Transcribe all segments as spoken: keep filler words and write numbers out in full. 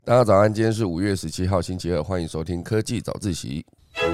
大家早安，今天是五月十七号星期二，欢迎收听科技早自习。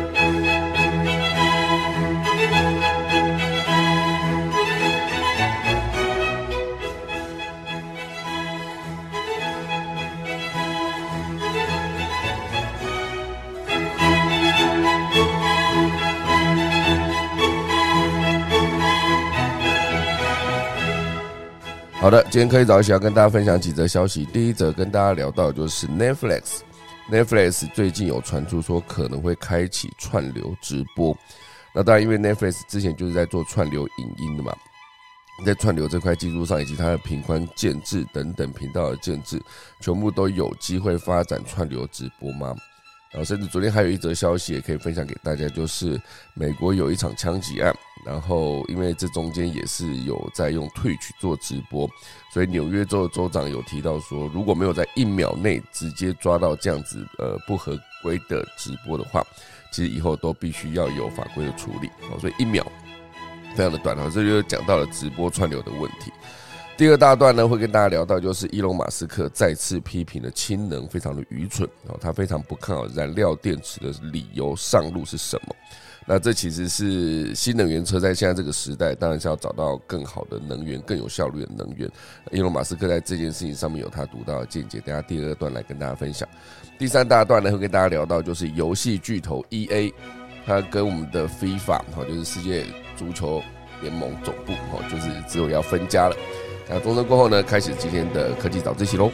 好的，今天科技早起要跟大家分享几则消息。第一则跟大家聊到的就是 Netflix，Netflix Netflix 最近有传出说可能会开启串流直播。那当然，因为 Netflix 之前就是在做串流影音的嘛，在串流这块技术上，以及它的频宽建制等等频道的建制，全部都有机会发展串流直播吗？然后甚至昨天还有一则消息也可以分享给大家，就是美国有一场枪击案，然后因为这中间也是有在用 Twitch 做直播，所以纽约州的州长有提到说，如果没有在一秒内直接抓到这样子呃不合规的直播的话，其实以后都必须要有法规的处理，所以一秒非常的短，这就讲到了直播串流的问题。第二大段呢，会跟大家聊到就是伊隆马斯克再次批评了氢能非常的愚蠢，他非常不看好燃料电池的理由上路是什么？那这其实是新能源车在现在这个时代，当然是要找到更好的能源、更有效率的能源。伊隆马斯克在这件事情上面有他独到的见解，等一下第二段来跟大家分享。第三大段呢，会跟大家聊到就是游戏巨头 E A， 他跟我们的 FIFA 就是世界足球联盟总部就是之后要分家了。那钟声过后呢，开始今天的科技早自习喽。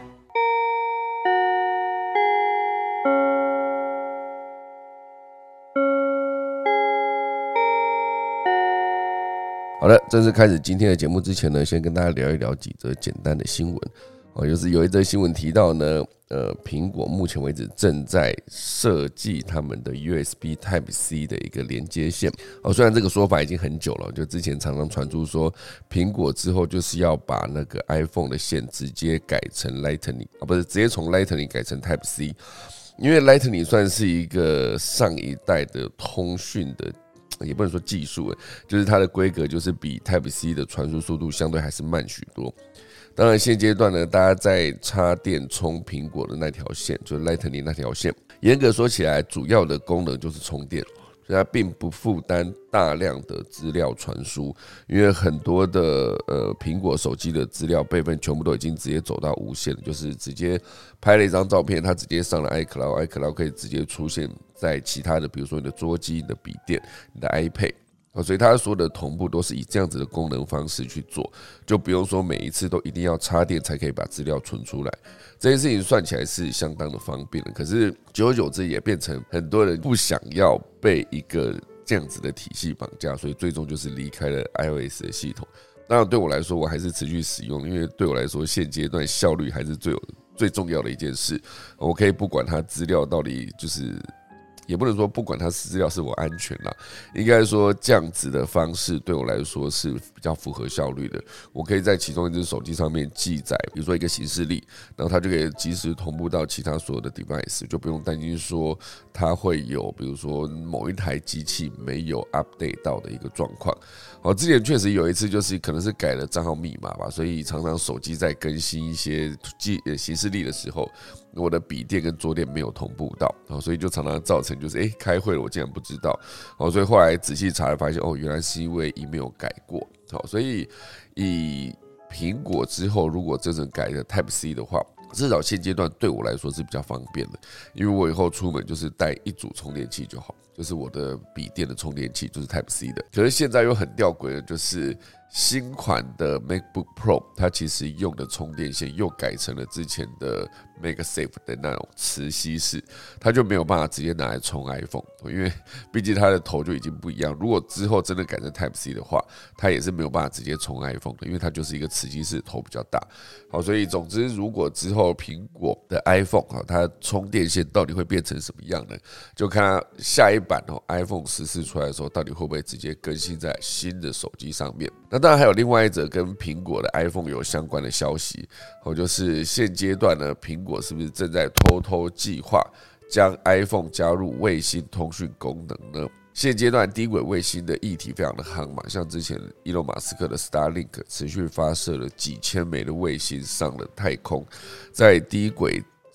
好的，正式开始今天的节目之前呢，先跟大家聊一聊几则简单的新闻。哦，就是有一则新闻提到呢，呃，苹果目前为止正在设计他们的 U S B Type C 的一个连接线。哦，虽然这个说法已经很久了，就之前常常传出说，苹果之后就是要把那个 iPhone 的线直接改成 Lightning， 啊，不是直接从 Lightning 改成 Type C， 因为 Lightning 算是一个上一代的通讯的。也不能说技术，就是它的规格就是比 Type C 的传输速度相对还是慢许多。当然现阶段呢，大家在插电充苹果的那条线，就是 Lightning 那条线，严格说起来，主要的功能就是充电，所以它并不负担大量的资料传输，因为很多的呃苹果手机的资料备份全部都已经直接走到无线，就是直接拍了一张照片，它直接上了 iCloud，iCloud 可以直接出现在其他的，比如说你的桌机、你的笔电、你的 iPad。所以它所有的同步都是以这样子的功能方式去做，就不用说每一次都一定要插电才可以把资料存出来。这件事情算起来是相当的方便的，可是久而久之也变成很多人不想要被一个这样子的体系绑架，所以最终就是离开了 iOS 的系统。当然对我来说，我还是持续使用，因为对我来说现阶段效率还是最有最重要的一件事。我可以不管它资料到底就是。也不能说不管它资料是我安全啦，应该说这样子的方式对我来说是比较符合效率的。我可以在其中一只手机上面记载，比如说一个行事历，然后它就可以及时同步到其他所有的 device， 就不用担心说它会有比如说某一台机器没有 update 到的一个状况。哦，之前确实有一次就是可能是改了账号密码吧，所以常常手机在更新一些行事历的时候，我的笔电跟桌垫没有同步到，所以就常常造成就是哎，开会了我竟然不知道，所以后来仔细查了发现哦，原来是因为 email 改过，所以以苹果之后如果真正改了 Type C 的话，至少现阶段对我来说是比较方便的，因为我以后出门就是带一组充电器就好，就是我的笔电的充电器就是 Type C 的。可是现在又很吊诡的就是新款的 MacBook Pro 它其实用的充电线又改成了之前的 MagSafe 的那种磁吸式，它就没有办法直接拿来充 iPhone， 因为毕竟它的头就已经不一样。如果之后真的改成 Type C 的话，它也是没有办法直接充 iPhone 的，因为它就是一个磁吸式，头比较大。好，所以总之如果之后苹果的 iPhone 它充电线到底会变成什么样呢？就看它下一版 iPhone 十四出来的时候，到底会不会直接更新在新的手机上面。那当然还有另外一则跟苹果的 iPhone 有相关的消息，就是现阶段呢，苹果是不是正在偷偷计划将 iPhone 加入卫星通讯功能呢？现阶段低轨卫星的议题非常的夯嘛，像之前伊隆马斯克的 Starlink 持续发射了几千枚的卫星上了太空，在低轨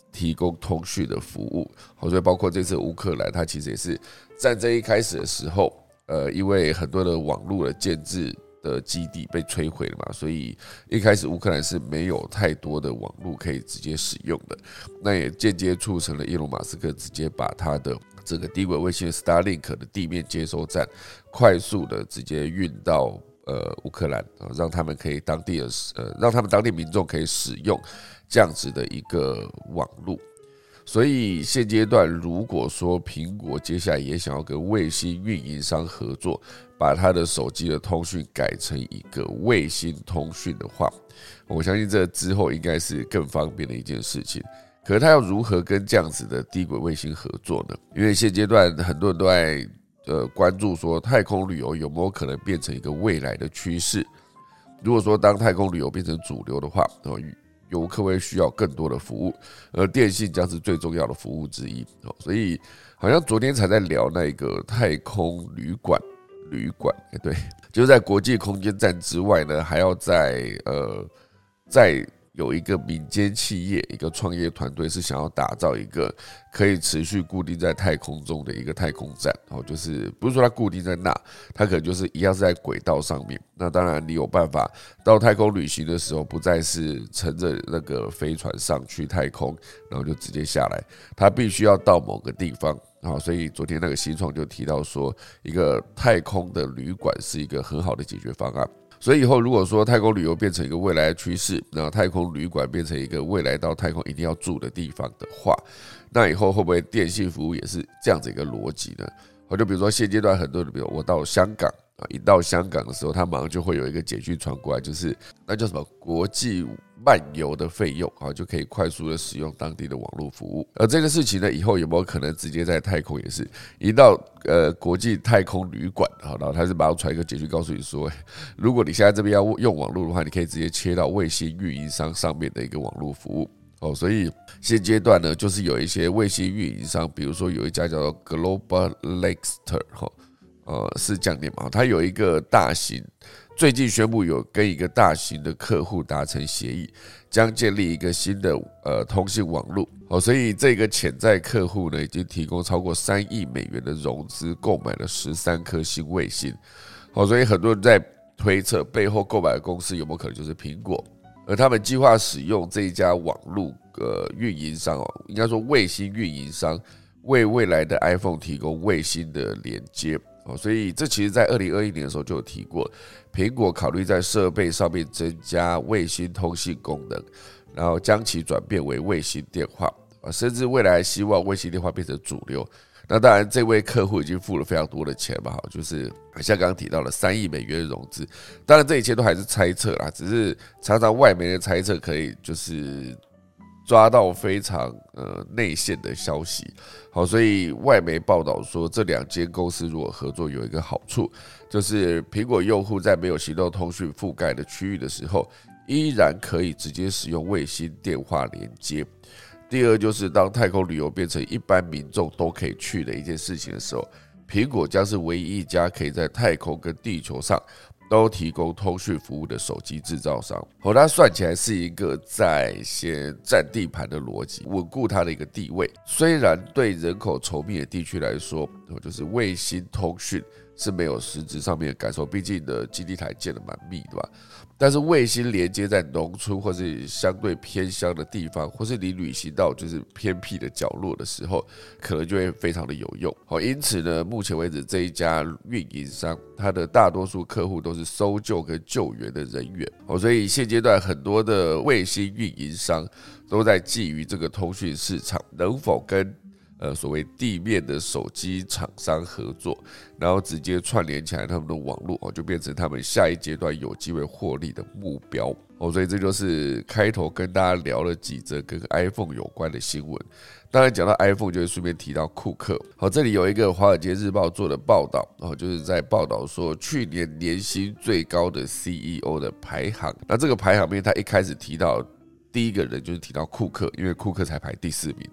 提供通讯的服务。所以包括这次乌克兰，它其实也是战争一开始的时候，呃，因为很多的网络的建制的基地被摧毁了嘛，所以一开始乌克兰是没有太多的网络可以直接使用的。那也间接促成了伊隆马斯克直接把他的这个低轨卫星 Starlink 的地面接收站快速的直接运到呃乌克兰，让他们可以当地的呃让他们当地民众可以使用这样子的一个网络。所以现阶段，如果说苹果接下来也想要跟卫星运营商合作，把它的手机的通讯改成一个卫星通讯的话，我相信这之后应该是更方便的一件事情。可是他要如何跟这样子的低轨卫星合作呢？因为现阶段很多人都在呃关注说，太空旅游有没有可能变成一个未来的趋势？如果说当太空旅游变成主流的话，游客会需要更多的服务，而电信将是最重要的服务之一。所以好像昨天才在聊那个太空旅馆，旅馆，对，就是在国际空间站之外呢，还要在呃在有一个民间企业，一个创业团队是想要打造一个可以持续固定在太空中的一个太空站，就是不是说它固定在那，它可能就是一样是在轨道上面。那当然，你有办法到太空旅行的时候，不再是乘着那个飞船上去太空，然后就直接下来，它必须要到某个地方。所以昨天那个新创就提到说，一个太空的旅馆是一个很好的解决方案。所以以后如果说太空旅游变成一个未来的趋势，那太空旅馆变成一个未来到太空一定要住的地方的话，那以后会不会电信服务也是这样子一个逻辑呢？就比如说现阶段很多人，比如我到香港，一到香港的时候，他马上就会有一个简讯传过来，就是那叫什么国际漫游的费用，就可以快速的使用当地的网络服务。而这个事情呢，以后有没有可能直接在太空也是一到呃国际太空旅馆，然后他是马上传一个简讯告诉你说，如果你现在这边要用网络的话，你可以直接切到卫星运营商上面的一个网络服务。哦，所以现阶段呢，就是有一些卫星运营商，比如说有一家叫做 Globalixter， 呃，是这样念嘛？它有一个大型，最近宣布有跟一个大型的客户达成协议，将建立一个新的呃通信网络。哦，所以这个潜在客户呢，已经提供超过三亿美元的融资，购买了十三颗新卫星。哦，所以很多人在推测背后购买的公司有没有可能就是苹果？而他们计划使用这一家网络呃运营商哦，应该说卫星运营商，为未来的 iPhone 提供卫星的连接哦。所以这其实在二零二一年的时候就有提过，苹果考虑在设备上面增加卫星通信功能，然后将其转变为卫星电话，甚至未来希望卫星电话变成主流。那当然，这位客户已经付了非常多的钱嘛，就是像刚刚提到了三亿美元的融资。当然，这一切都还是猜测啦，只是常常外媒的猜测可以就是抓到非常呃内线的消息。好，所以外媒报道说，这两间公司如果合作，有一个好处，就是苹果用户在没有行动通讯覆盖的区域的时候，依然可以直接使用卫星电话连接。第二就是当太空旅游变成一般民众都可以去的一件事情的时候，苹果将是唯一一家可以在太空跟地球上都提供通讯服务的手机制造商。哦，它算起来是一个在先占地盘的逻辑，稳固它的一个地位。虽然对人口稠密的地区来说，就是卫星通讯是没有实质上面的感受，毕竟的基地台建得蛮密，对吧？但是卫星连接在农村或是相对偏乡的地方，或是你旅行到就是偏僻的角落的时候，可能就会非常的有用。因此呢，目前为止这一家运营商，它的大多数客户都是搜救跟救援的人员，所以现阶段很多的卫星运营商都在觊觎这个通讯市场能否跟呃，所谓地面的手机厂商合作，然后直接串联起来他们的网络，就变成他们下一阶段有机会获利的目标。所以这就是开头跟大家聊了几则跟 iPhone 有关的新闻。当然讲到 iPhone 就会顺便提到库克。好，这里有一个华尔街日报做的报道，就是在报道说去年年薪最高的 C E O 的排行。那这个排行面他一开始提到第一个人就是提到库克，因为库克才排第四名。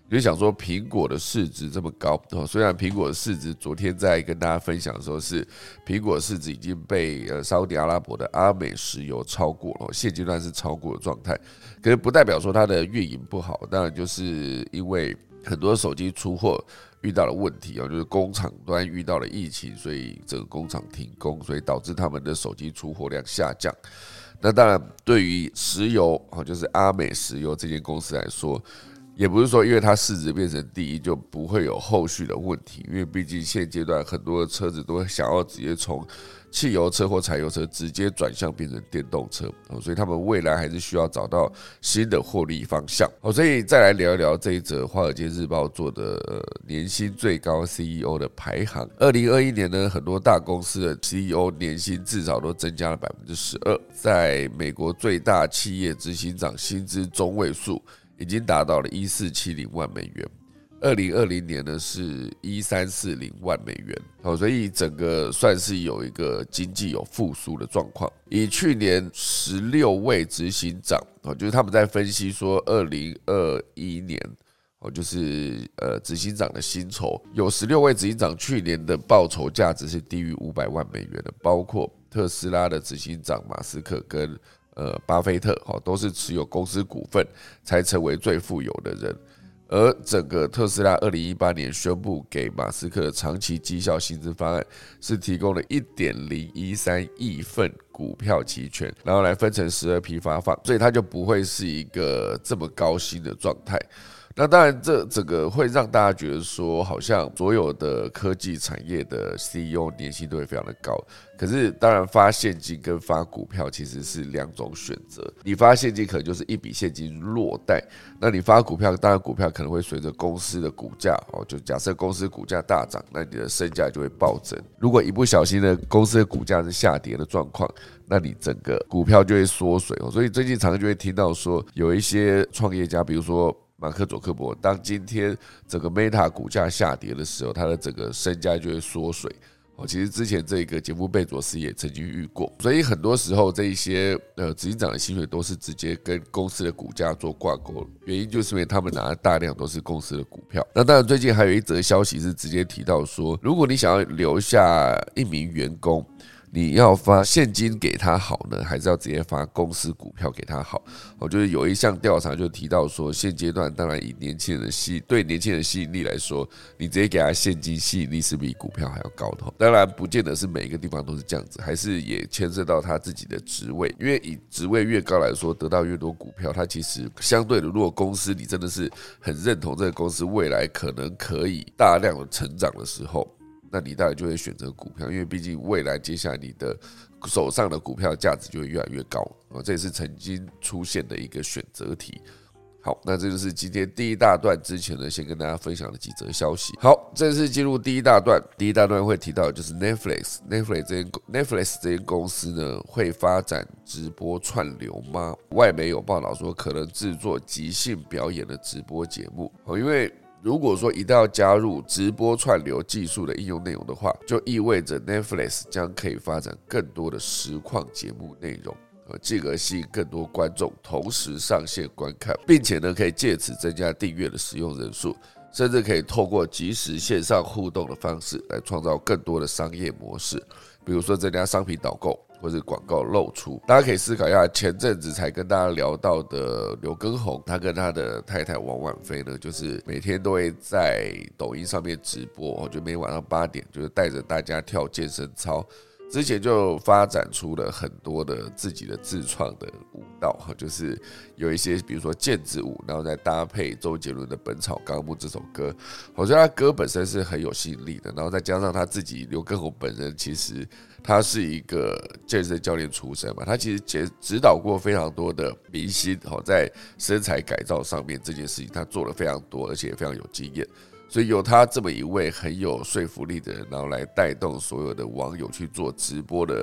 就想说苹果的市值这么高，虽然苹果的市值昨天在跟大家分享的时候是苹果市值已经被呃沙特阿拉伯的阿美石油超过了，现阶段是超过的状态，可是不代表说它的运营不好，当然就是因为很多手机出货遇到了问题，就是工厂端遇到了疫情，所以整个工厂停工，所以导致他们的手机出货量下降。那当然对于石油就是阿美石油这间公司来说，也不是说因为它市值变成第一就不会有后续的问题，因为毕竟现阶段很多的车子都想要直接从汽油车或柴油车直接转向变成电动车，所以他们未来还是需要找到新的获利方向。所以再来聊一聊这一则《华尔街日报》做的年薪最高 C E O 的排行。二零二一年呢，很多大公司的 C E O 年薪至少都增加了 百分之十二， 在美国最大企业执行长薪资中位数已经达到了一千四百七十万美元，二零二零年呢是一千三百四十万美元，所以整个算是有一个经济有复苏的状况。以去年十六位执行长，就是他们在分析说二零二一年就是呃执行长的薪酬，有十六位执行长去年的报酬价值是低于五百万美元的，包括特斯拉的执行长马斯克跟呃，巴菲特都是持有公司股份才成为最富有的人，而整个特斯拉二零一八年宣布给马斯克的长期绩效薪资方案是提供了 一点零一三亿份股票期权，然后来分成十二批发放，所以它就不会是一个这么高薪的状态。那当然这整个会让大家觉得说好像所有的科技产业的 C E O 年薪都会非常的高，可是当然发现金跟发股票其实是两种选择，你发现金可能就是一笔现金落袋，那你发股票当然股票可能会随着公司的股价，就假设公司股价大涨，那你的身价就会暴增，如果一不小心呢公司的股价是下跌的状况，那你整个股票就会缩水，所以最近常常就会听到说有一些创业家，比如说马克·佐克伯，当今天整个 Meta 股价下跌的时候，他的整个身价就会缩水。其实之前这个杰夫·贝佐斯也曾经遇过，所以很多时候这一些呃执行长的薪水都是直接跟公司的股价做挂钩，原因就是因为他们拿的大量都是公司的股票。那当然，最近还有一则消息是直接提到说，如果你想要留下一名员工，你要发现金给他好呢，还是要直接发公司股票给他好？我就是有一项调查就提到说，现阶段当然以年轻人的吸对年轻人的吸引力来说，你直接给他现金吸引力是比股票还要高的。当然不见得是每一个地方都是这样子，还是也牵涉到他自己的职位，因为以职位越高来说，得到越多股票，它其实相对的，如果公司你真的是很认同这个公司未来可能可以大量的成长的时候，那你当然就会选择股票，因为毕竟未来接下来你的手上的股票价值就会越来越高，这也是曾经出现的一个选择题。好，那这就是今天第一大段之前呢，先跟大家分享的几则消息。好，正式进入第一大段。第一大段会提到的就是 Netflix，Netflix 这间 Netflix 这间公司呢，会发展直播串流吗？外媒有报道说，可能制作即兴表演的直播节目，因为如果说一旦要加入直播串流技术的应用内容的话，就意味着 Netflix 将可以发展更多的实况节目内容，进而吸引更多观众同时上线观看，并且呢，可以借此增加订阅的使用人数，甚至可以透过即时线上互动的方式来创造更多的商业模式，比如说增加商品导购或者广告露出。大家可以思考一下，前阵子才跟大家聊到的刘畊宏，他跟他的太太王婉菲呢，就是每天都会在抖音上面直播，就每晚上八点，就是带着大家跳健身操。之前就发展出了很多的自己的自创的舞蹈，就是有一些比如说毽子舞，然后再搭配周杰伦的《本草纲目》这首歌，我觉得他歌本身是很有吸引力的，然后再加上他自己刘畊宏本人，其实他是一个健身教练出身嘛，他其实指导过非常多的明星，在身材改造上面这件事情他做了非常多，而且也非常有经验。所以有他这么一位很有说服力的人，然后来带动所有的网友去做直播的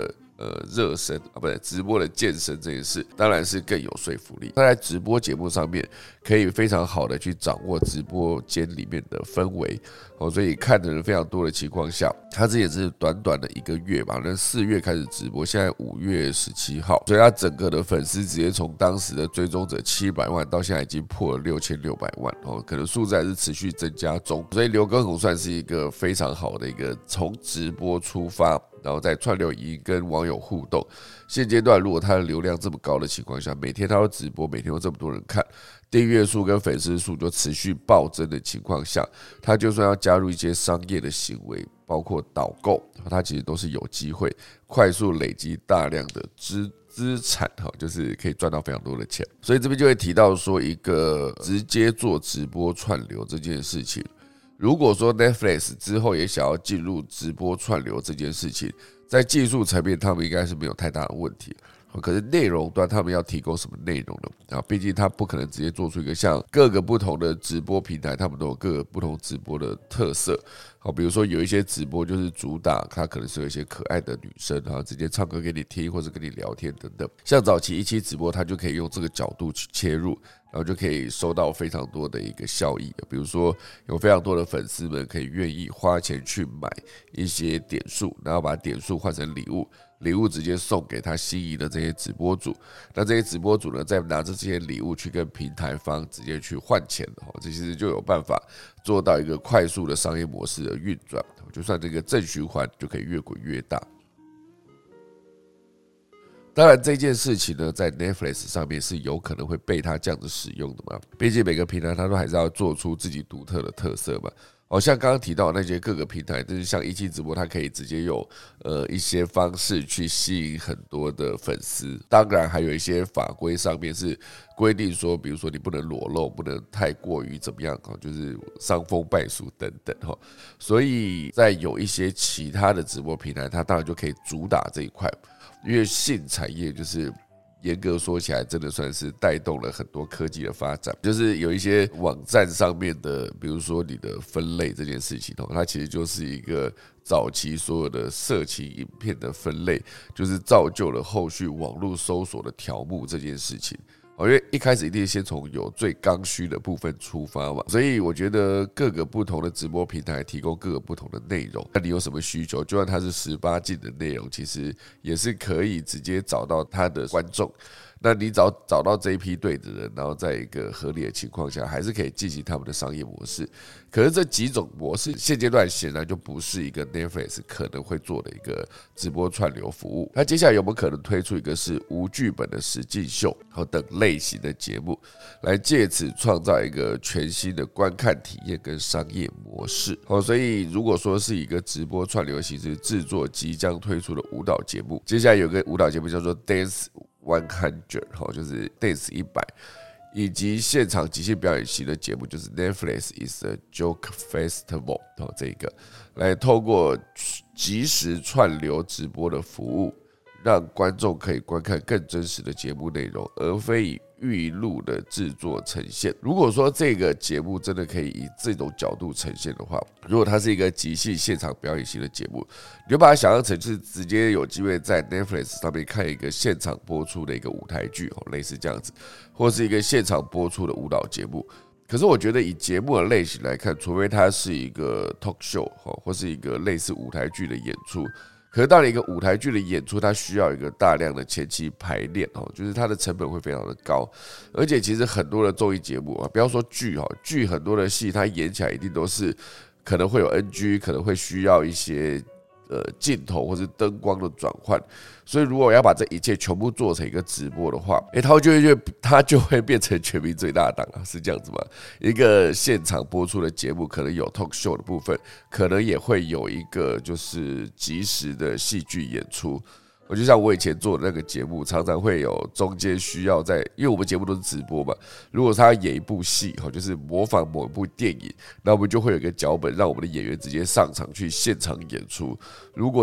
呃热身啊，不对，直播的健身这件事，当然是更有说服力。在直播节目上面，可以非常好的去掌握直播间里面的氛围，哦，所以看的人非常多的情况下，他这也是短短的一个月吧，那四月开始直播，现在五月十七号，所以他整个的粉丝直接从当时的追踪者七百万到现在已经破了六千六百万，哦，可能数字还是持续增加中，所以刘畊宏算是一个非常好的一个从直播出发，然后在串流影音跟网友互动。现阶段如果他的流量这么高的情况下，每天他都直播，每天有这么多人看，订阅数跟粉丝数就持续暴增的情况下，他就算要加入一些商业的行为，包括导购，他其实都是有机会快速累积大量的资资产，就是可以赚到非常多的钱。所以这边就会提到说，一个直接做直播串流这件事情，如果说 Netflix 之后也想要进入直播串流这件事情，在技术层面他们应该是没有太大的问题。可是内容端他们要提供什么内容呢？啊，毕竟他不可能直接做出一个像各个不同的直播平台，他们都有各个不同直播的特色。好，比如说有一些直播就是主打，它可能是有一些可爱的女生，然后直接唱歌给你听，或者跟你聊天等等。像早期一期直播，它就可以用这个角度去切入，然后就可以收到非常多的一个效益。比如说有非常多的粉丝们可以愿意花钱去买一些点数，然后把点数换成礼物。礼物直接送给他心仪的这些直播主，那这些直播主呢，再拿着这些礼物去跟平台方直接去换钱，这其实就有办法做到一个快速的商业模式的运转，就算这个正循环就可以越滚越大。当然这件事情呢，在 Netflix 上面是有可能会被他这样子使用的嘛，毕竟每个平台它都还是要做出自己独特的特色嘛。好像刚刚提到的那些各个平台，就是像一期直播，它可以直接有呃一些方式去吸引很多的粉丝。当然还有一些法规上面是规定说，比如说你不能裸露，不能太过于怎么样，就是伤风败俗等等哈。所以在有一些其他的直播平台，它当然就可以主打这一块，因为性产业就是。严格说起来，真的算是带动了很多科技的发展。就是有一些网站上面的，比如说你的分类这件事情，它其实就是一个早期所有的色情影片的分类，就是造就了后续网络搜索的条目这件事情。因为一开始一定先从有最刚需的部分出发嘛，所以我觉得各个不同的直播平台提供各个不同的内容，那你有什么需求，就算它是十八禁的内容，其实也是可以直接找到它的观众。那你找找到这一批对的人，然后在一个合理的情况下，还是可以进行他们的商业模式。可是这几种模式现阶段显然就不是一个 Netflix 可能会做的一个直播串流服务。那接下来有没有可能推出一个是无剧本的实境秀和等类型的节目，来借此创造一个全新的观看体验跟商业模式？好，所以如果说是一个直播串流形式制作即将推出的舞蹈节目，接下来有个舞蹈节目叫做 Dance一百，就是 Dance 一百，以及现场即兴表演型的节目，就是 Netflix is a Joke Festival 这个，来透过即时串流直播的服务，让观众可以观看更真实的节目内容，而非以预录的制作呈现。如果说这个节目真的可以以这种角度呈现的话，如果它是一个即兴现场表演型的节目，你就把它想象成是直接有机会在 Netflix 上面看一个现场播出的一个舞台剧，类似这样子，或是一个现场播出的舞蹈节目。可是我觉得以节目的类型来看，除非它是一个 talk show 或是一个类似舞台剧的演出，可是到了一个舞台剧的演出，它需要一个大量的前期排练，就是它的成本会非常的高。而且其实很多的综艺节目啊，不要说剧，剧很多的戏它演起来一定都是可能会有 N G， 可能会需要一些呃镜头或是灯光的转换。所以如果要把这一切全部做成一个直播的话，欸、它就会它就会变成全民最大党了，是这样子吗？一个现场播出的节目，可能有 talk show 的部分，可能也会有一个就是即时的戏剧演出。我就像我以前做的那个节目，常常会有中间需要在，因为我们节目都是直播嘛，如果他要演一部戏，就是模仿某一部电影，那我们就会有一个脚本，让我们的演员直接上场去现场演出。如果你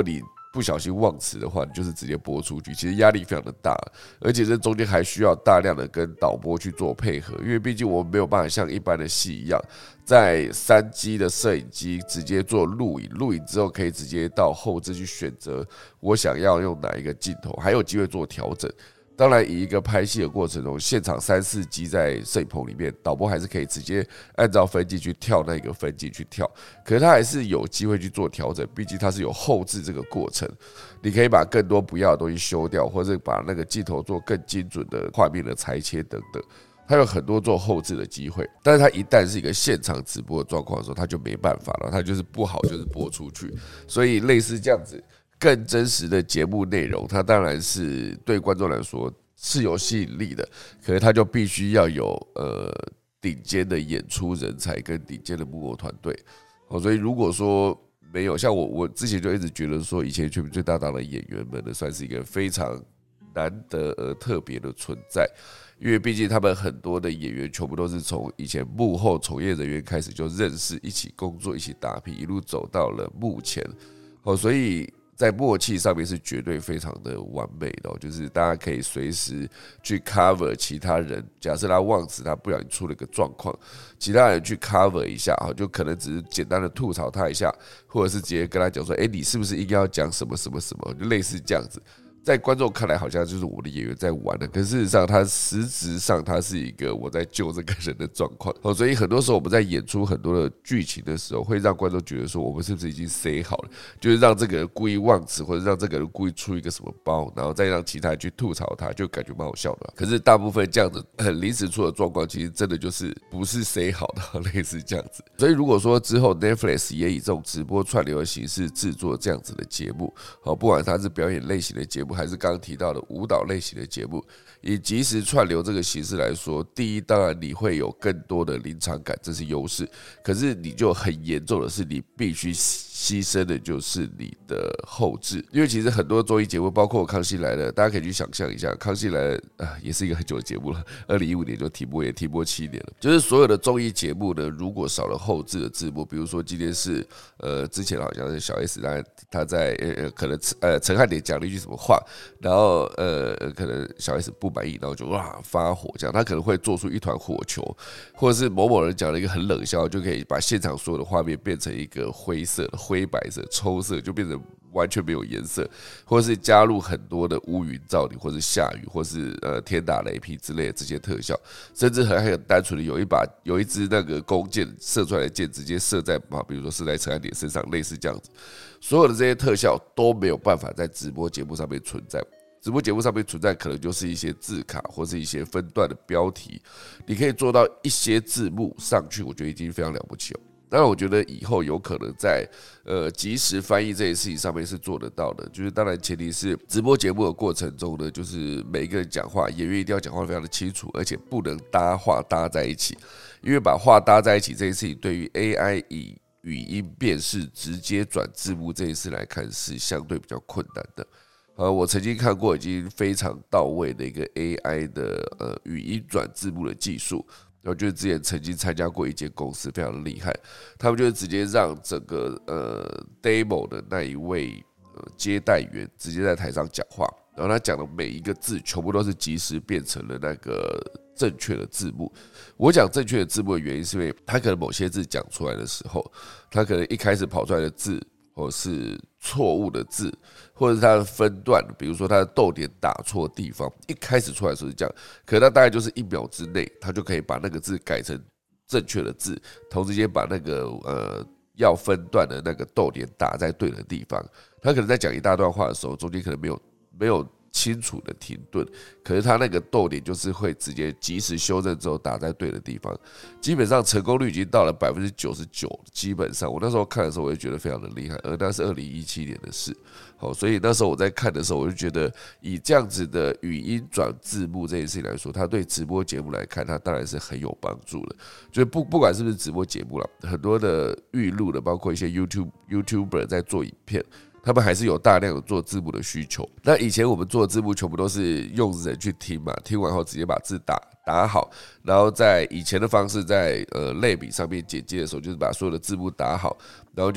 不小心忘词的话，你就是直接播出去，其实压力非常的大，而且这中间还需要大量的跟导播去做配合，因为毕竟我们没有办法像一般的戏一样，在三机的摄影机直接做录影，录影之后可以直接到后置去选择我想要用哪一个镜头，还有机会做调整。当然，以一个拍戏的过程中，现场三四机在摄影棚里面，导播还是可以直接按照分镜去跳那个分镜去跳，可是他还是有机会去做调整，毕竟他是有后置这个过程，你可以把更多不要的东西修掉，或者把那个镜头做更精准的画面的裁切等等。它有很多做后置的机会，但是它一旦是一个现场直播的状况的时候，它就没办法了，它就是不好就是播出去，所以类似这样子。更真实的节目内容，它当然是对观众来说是有吸引力的，可是它就必须要有呃顶尖的演出人才跟顶尖的幕后团队。所以如果说没有像我，我之前就一直觉得说，以前全民最大档的演员们呢，算是一个非常难得而特别的存在，因为毕竟他们很多的演员全部都是从以前幕后从业人员开始就认识，一起工作，一起打拼，一路走到了幕前。所以在默契上面是绝对非常的完美的，就是大家可以随时去 cover 其他人。假设他忘词，他不小心出了一个状况，其他人去 cover 一下，就可能只是简单的吐槽他一下，或者是直接跟他讲说：“哎，你是不是应该要讲什么什么什么？”就类似这样子。在观众看来好像就是我们的演员在玩的，可事实上他实质上他是一个我在救这个人的状况。所以很多时候我们在演出很多的剧情的时候，会让观众觉得说我们是不是已经 say 好了，就是让这个人故意忘词，或者让这个人故意出一个什么包，然后再让其他人去吐槽他，就感觉蛮好笑的。可是大部分这样子很临时出的状况，其实真的就是不是 say 好的，类似这样子。所以如果说之后 Netflix 也以这种直播串流的形式制作这样子的节目，不管它是表演类型的节目，还是刚刚提到的舞蹈类型的节目，以即时串流这个形式来说，第一，当然你会有更多的临场感，这是优势。可是你就很严重的是，你必须牺牲的就是你的后置，因为其实很多综艺节目，包括《康熙来了》，大家可以去想象一下，《康熙来了》啊，也是一个很久的节目了，二零一五年就停播，也停播七年了。就是所有的综艺节目呢，如果少了后置的字幕，比如说今天是呃之前好像是小 S 他他在呃可能呃陈汉典讲了一句什么话，然后呃可能小 S 不满意，然后就哇发火这样，他可能会做出一团火球，或者是某某人讲了一个很冷笑，就可以把现场所有的画面变成一个灰色的。灰白色、抽色，就变成完全没有颜色，或是加入很多的乌云罩顶，或是下雨，或是呃天打雷劈之类的这些特效，甚至还很单纯的有一把有一支那个弓箭射出来的箭直接射在啊，比如说射在陈汉典身上，类似这样子，所有的这些特效都没有办法在直播节目上面存在。直播节目上面存在可能就是一些字卡或是一些分段的标题，你可以做到一些字幕上去，我觉得已经非常了不起了。当然，我觉得以后有可能在呃即时翻译这件事情上面是做得到的，就是当然前提是直播节目的过程中呢，就是每一个人讲话，演员一定要讲话非常的清楚，而且不能搭话搭在一起，因为把话搭在一起这件事情，对于 A I 以语音辨识直接转字幕这件事来看是相对比较困难的。呃，我曾经看过已经非常到位的一个 A I 的呃语音转字幕的技术。然后就是之前曾经参加过一间公司，非常的厉害，他们就是直接让整个呃 demo 的那一位呃接待员直接在台上讲话，然后他讲的每一个字全部都是即时变成了那个正确的字幕。我讲正确的字幕的原因是因为他可能某些字讲出来的时候，他可能一开始跑出来的字或是错误的字，或者是它的分段，比如说它的逗点打错地方，一开始出来的时候是这样，可是它大概就是一秒之内，它就可以把那个字改成正确的字，同时间把那个呃要分段的那个逗点打在对的地方。他可能在讲一大段话的时候，中间可能没有没有清楚的停顿，可是他那个逗点就是会直接及时修正之后打在对的地方，基本上成功率已经到了 百分之九十九， 基本上我那时候看的时候我就觉得非常的厉害，而那是二零一七年的事。好，所以那时候我在看的时候，我就觉得以这样子的语音转字幕这件事情来说，它对直播节目来看，它当然是很有帮助的。就是不不管是不是直播节目了，很多的预录的，包括一些 YouTube YouTuber 在做影片，他们还是有大量的做字幕的需求。那以前我们做字幕全部都是用人去听嘛，听完后直接把字打打好，然后在以前的方式在呃类比上面剪接的时候，就是把所有的字幕打好，然后就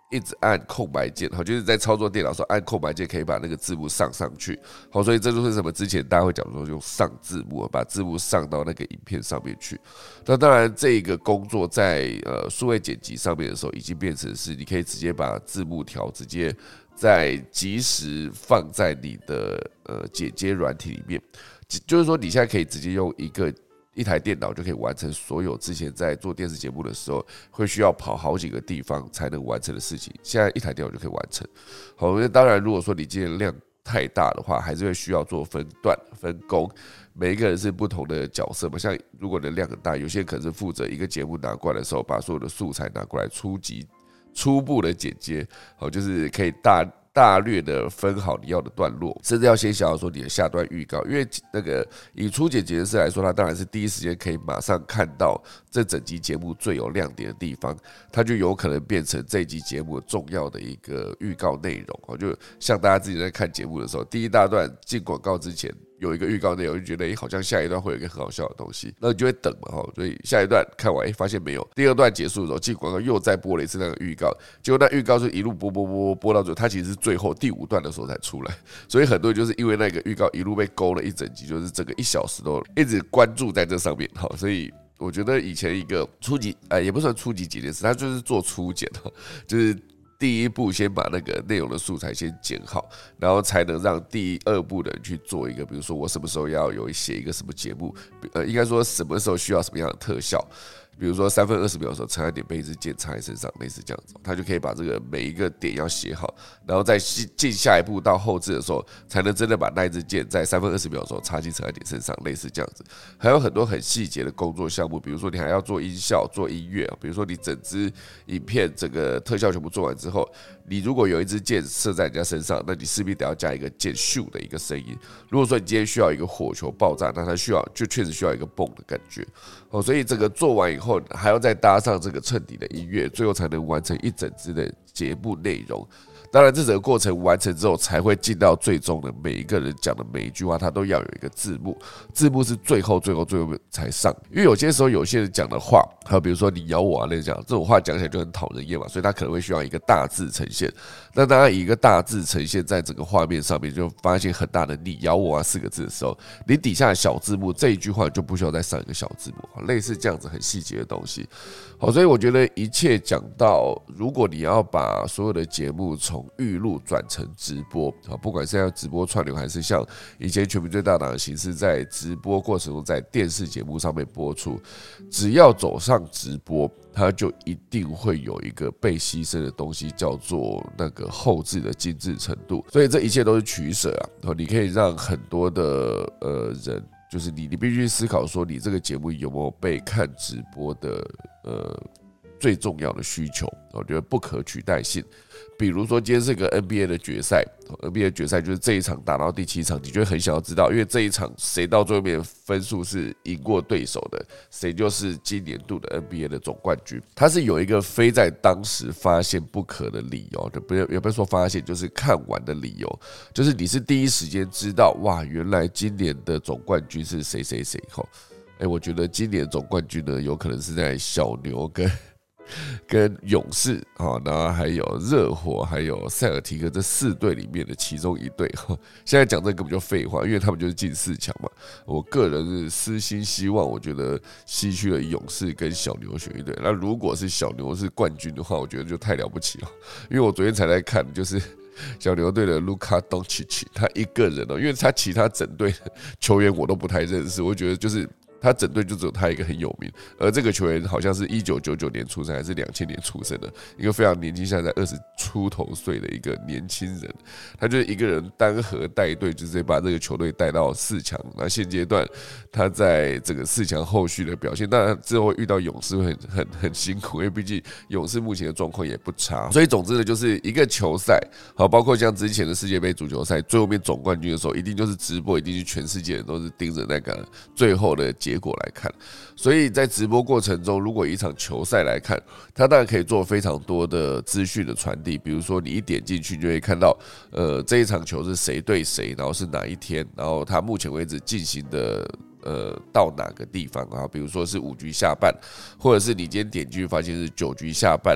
一直按空白键，好，就是在操作电脑的时候按空白键可以把那个字幕上上去，好，所以这就是什么之前大家会讲说用上字幕，把字幕上到那个影片上面去。那当然，这个工作在呃数位剪辑上面的时候，已经变成是你可以直接把字幕条直接在即时放在你的呃剪接软体里面，就是说你现在可以直接用一个。一台电脑就可以完成所有之前在做电视节目的时候会需要跑好几个地方才能完成的事情，现在一台电脑就可以完成。好，那当然，如果说你今天量太大的话，还是会需要做分段分工。每一个人是不同的角色嘛，像如果你的量很大，有些人可能是负责一个节目拿过来的时候，把所有的素材拿过来初级初步的剪接，好，就是可以大。大略的分好你要的段落，甚至要先想好说你的下段预告，因为那个以初剪辑师来说，他当然是第一时间可以马上看到这整集节目最有亮点的地方，它就有可能变成这一集节目重要的一个预告内容。就像大家自己在看节目的时候，第一大段进广告之前。有一个预告内容，就觉得、欸、好像下一段会有一个很好笑的东西，那你就会等嘛，所以下一段看完、欸、发现没有，第二段结束的时候进广告又再播了一次那个预告，结果那预告是一路播播播播到最后，它其实是最后第五段的时候才出来，所以很多人就是因为那个预告一路被勾了一整集，就是整个一小时都一直关注在这上面，所以。我觉得以前一个初级，呃，也不算初级剪接师，他就是做初剪，就是第一步先把那个内容的素材先剪好，然后才能让第二步的人去做一个，比如说我什么时候要有写一个什么节目，呃，应该说什么时候需要什么样的特效。比如说三分二十秒的时候，陈汉典被一支箭插在身上，类似这样子，他就可以把这个每一个点要写好，然后再进下一步到后置的时候，才能真的把那一支箭在三分二十秒的时候插进陈汉典身上，类似这样子。还有很多很细节的工作项目，比如说你还要做音效、做音乐，比如说你整支影片整个特效全部做完之后，你如果有一支箭射在人家身上，那你势必得要加一个箭咻的一个声音。如果说你今天需要一个火球爆炸，那它需要就确实需要一个蹦的感觉哦。所以这个做完以后。还要再搭上这个衬底的音乐，最后才能完成一整支的节目内容。当然，这整个过程完成之后，才会进到最终的每一个人讲的每一句话，他都要有一个字幕，字幕是最后、最后、最后才上。因为有些时候，有些人讲的话，还有比如说你咬我啊，那讲这种话讲起来就很讨人厌嘛，所以他可能会需要一个大字呈现。那当然，以一个大字呈现在整个画面上面，就发现很大的“你咬我啊”四个字的时候，你底下的小字幕这一句话就不需要再上一个小字幕，类似这样子很细节的东西。好，所以我觉得一切讲到，如果你要把所有的节目从预录转成直播，不管是要直播串流，还是像以前全民最大档的形式，在直播过程中在电视节目上面播出，只要走上直播，它就一定会有一个被牺牲的东西，叫做那个后置的精致程度。所以这一切都是取舍啊，你可以让很多的呃人。就是你，你必须思考说，你这个节目有没有被看直播的呃最重要的需求？我觉得不可取代性。比如说今天是个 N B A 的决赛 ，N B A 决赛就是这一场打到第七场，你就会很想要知道，因为这一场谁到最后面分数是赢过对手的，谁就是今年度的 N B A 的总冠军。它是有一个非在当时发现不可的理由，就不也不是说发现，就是看完的理由，就是你是第一时间知道，哇，原来今年的总冠军是谁谁谁。吼，哎，我觉得今年总冠军呢，有可能是在小牛跟。跟勇士，然后还有热火，还有塞尔提克这四队里面的其中一队。现在讲这个根本就废话，因为他们就是进四强嘛。我个人是私心希望，我觉得西区的勇士跟小牛选一队。那如果是小牛是冠军的话，我觉得就太了不起了。因为我昨天才在看，就是小牛队的卢卡东契奇，他一个人哦，因为他其他整队的球员我都不太认识，我觉得就是。他整队就只有他一个很有名，而这个球员好像是一九九九年出生还是两千年出生的一个非常年轻，现在才二十出头岁的一个年轻人，他就是一个人单核带队，就直接把这个球队带到四强。那现阶段他在这个四强后续的表现，当然之后遇到勇士会很很很辛苦，因为毕竟勇士目前的状况也不差。所以总之呢，就是一个球赛，好，包括像之前的世界杯足球赛，最后面总冠军的时候，一定就是直播，一定是全世界人都是盯着那个最后的结果来看，所以在直播过程中，如果一场球赛来看，它当然可以做非常多的资讯的传递，比如说你一点进去就会看到，呃，这一场球是谁对谁，然后是哪一天，然后它目前为止进行的。呃，到哪个地方啊？比如说是五局下半，或者是你今天点进去发现是九局下半哦，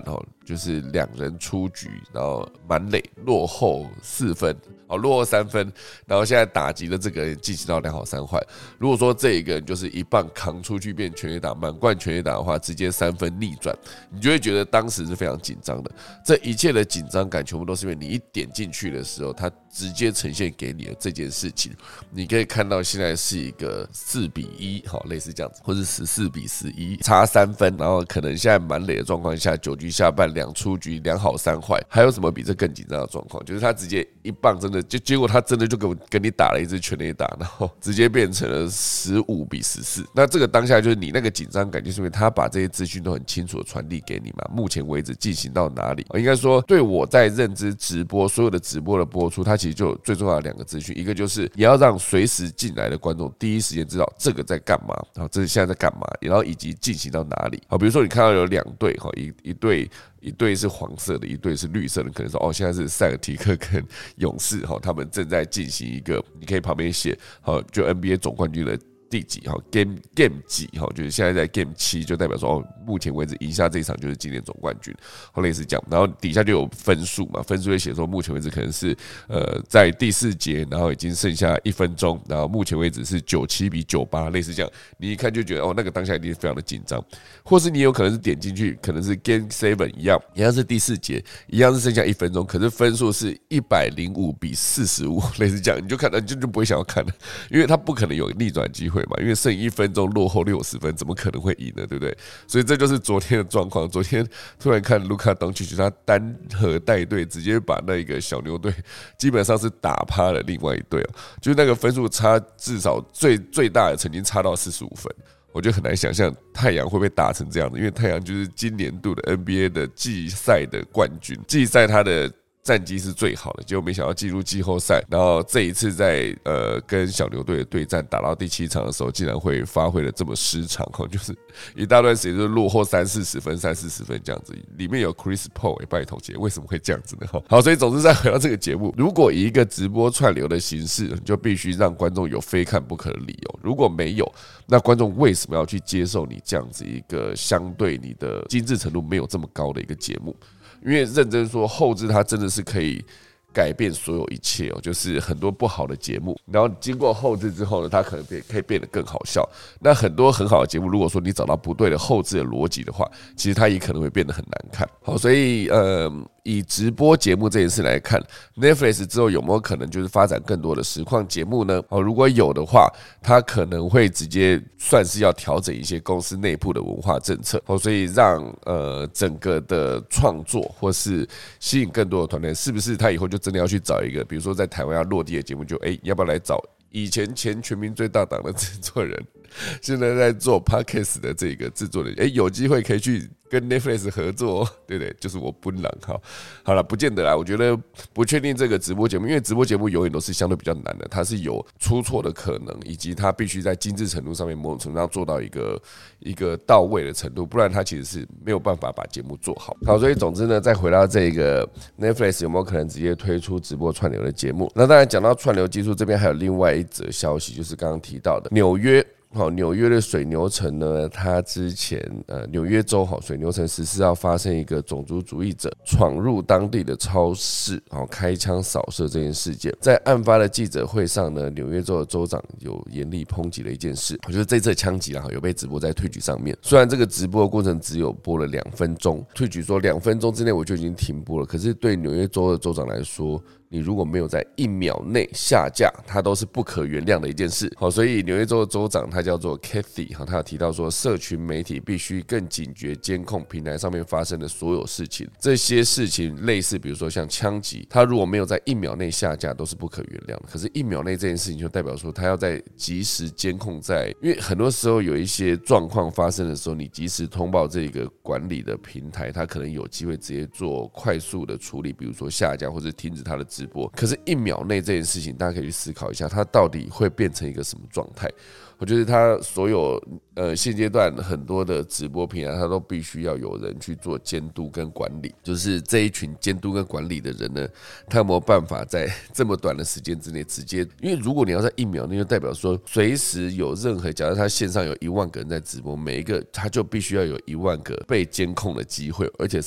就是两人出局，然后满垒落后四分，好落后三分，然后现在打击的这个人进行到两好三坏。如果说这一个人就是一棒扛出去变全垒打，满贯全垒打的话，直接三分逆转，你就会觉得当时是非常紧张的。这一切的紧张感全部都是因为你一点进去的时候，他直接呈现给你的这件事情。你可以看到现在是一个四比一，好类似这样子，或是十四比十一，差三分，然后可能现在满垒的状况下，九局下半两出局，两好三坏，还有什么比这更紧张的状况？就是他直接一棒真的就结果他真的就跟跟你打了一支全垒打，然后直接变成了十五比十四。那这个当下就是你那个紧张感，就是因为他把这些资讯都很清楚的传递给你嘛。目前为止进行到哪里？应该说，对我在认知直播所有的直播的播出，它其实就有最重要的两个资讯，一个就是你要让随时进来的观众第一时间知道这个在干嘛，好，这是现在在干嘛，然后以及进行到哪里。好，比如说你看到有两队，一一队。一队是黄色的，一队是绿色的，可能说哦，现在是塞尔提克跟勇士，他们正在进行一个，你可以旁边写，就 N B A 总冠军的第几 game game 几，就是现在在 game 七，就代表说哦，目前为止赢下这一场就是今年总冠军，类似这样。然后底下就有分数嘛，分数会写说目前为止可能是呃在第四节，然后已经剩下一分钟，然后目前为止是九七比九八，类似这样。你一看就觉得哦，那个当下一定非常的紧张，或是你有可能是点进去，可能是 game seven 一样，一样是第四节，一样是剩下一分钟，可是分数是一百零五比四十五，类似这样，你就看到你就就不会想要看了，因为他不可能有逆转机会。因为剩一分钟落后六十分，怎么可能会赢呢？对不对？所以这就是昨天的状况。昨天突然看卢卡东契奇，他单核带队，直接把那个小牛队基本上是打趴了另外一队哦，就是那个分数差至少最最大的曾经差到四十五分。我就很难想象太阳会被打成这样的，因为太阳就是今年度的 N B A 的季赛的冠军，季赛他的战绩是最好的，结果没想到进入季后赛，然后这一次在呃跟小牛队的对战打到第七场的时候，竟然会发挥的这么失常，就是一大段时间就落后三四十分、三四十分这样子。里面有 Chris Paul， 也拜托姐，为什么会这样子呢？好，所以总之再回到这个节目，如果以一个直播串流的形式，你就必须让观众有非看不可的理由。如果没有，那观众为什么要去接受你这样子一个相对你的精致程度没有这么高的一个节目？因为认真说，后制它真的是可以改变所有一切哦，就是很多不好的节目，然后经过后制之后呢，它可能可以变得更好笑。那很多很好的节目，如果说你找到不对的后制的逻辑的话，其实它也可能会变得很难看。好，所以呃。以直播节目这件事来看 ，Netflix 之后有没有可能就是发展更多的实况节目呢？哦，如果有的话，它可能会直接算是要调整一些公司内部的文化政策，哦，所以让呃整个的创作或是吸引更多的团队，是不是他以后就真的要去找一个，比如说在台湾要落地的节目就，就哎要不要来找以前前全民最大党的制作人，现在在做 Podcast 的这个制作人，哎，有机会可以去跟 Netflix 合作，对不对？就是我本人好，好了，不见得啦。我觉得不确定这个直播节目，因为直播节目永远都是相对比较难的，它是有出错的可能，以及它必须在精致程度上面某种程度上做到一个一个到位的程度，不然它其实是没有办法把节目做好。好，所以总之呢，再回到这个 Netflix 有没有可能直接推出直播串流的节目？那当然讲到串流技术这边，还有另外一则消息，就是刚刚提到的纽约。好，纽约的水牛城呢，它之前呃纽约州好水牛城十四号发生一个种族主义者闯入当地的超市，好开枪扫射这件事件，在案发的记者会上呢，纽约州的州长有严厉抨击了一件事，我觉得这次枪击啊有被直播在Twitch上面，虽然这个直播的过程只有播了两分钟，Twitch说两分钟之内我就已经停播了，可是对纽约州的州长来说，你如果没有在一秒内下架，它都是不可原谅的一件事。好，所以纽约州的州长他叫做 Kathy， 他有提到说，社群媒体必须更警觉监控平台上面发生的所有事情。这些事情类似，比如说像枪击，他如果没有在一秒内下架，都是不可原谅的。可是，一秒内这件事情就代表说，他要在及时监控在，因为很多时候有一些状况发生的时候，你及时通报这个管理的平台，它可能有机会直接做快速的处理，比如说下架或者停止它的直播。可是，一秒内这件事情，大家可以去思考一下，它到底会变成一个什么状态？我觉得它所有呃现阶段很多的直播平台，它都必须要有人去做监督跟管理。就是这一群监督跟管理的人呢，他有没有办法在这么短的时间之内直接？因为如果你要在一秒内，就代表说随时有任何，假如他线上有一万个人在直播，每一个他就必须要有一万个被监控的机会，而且是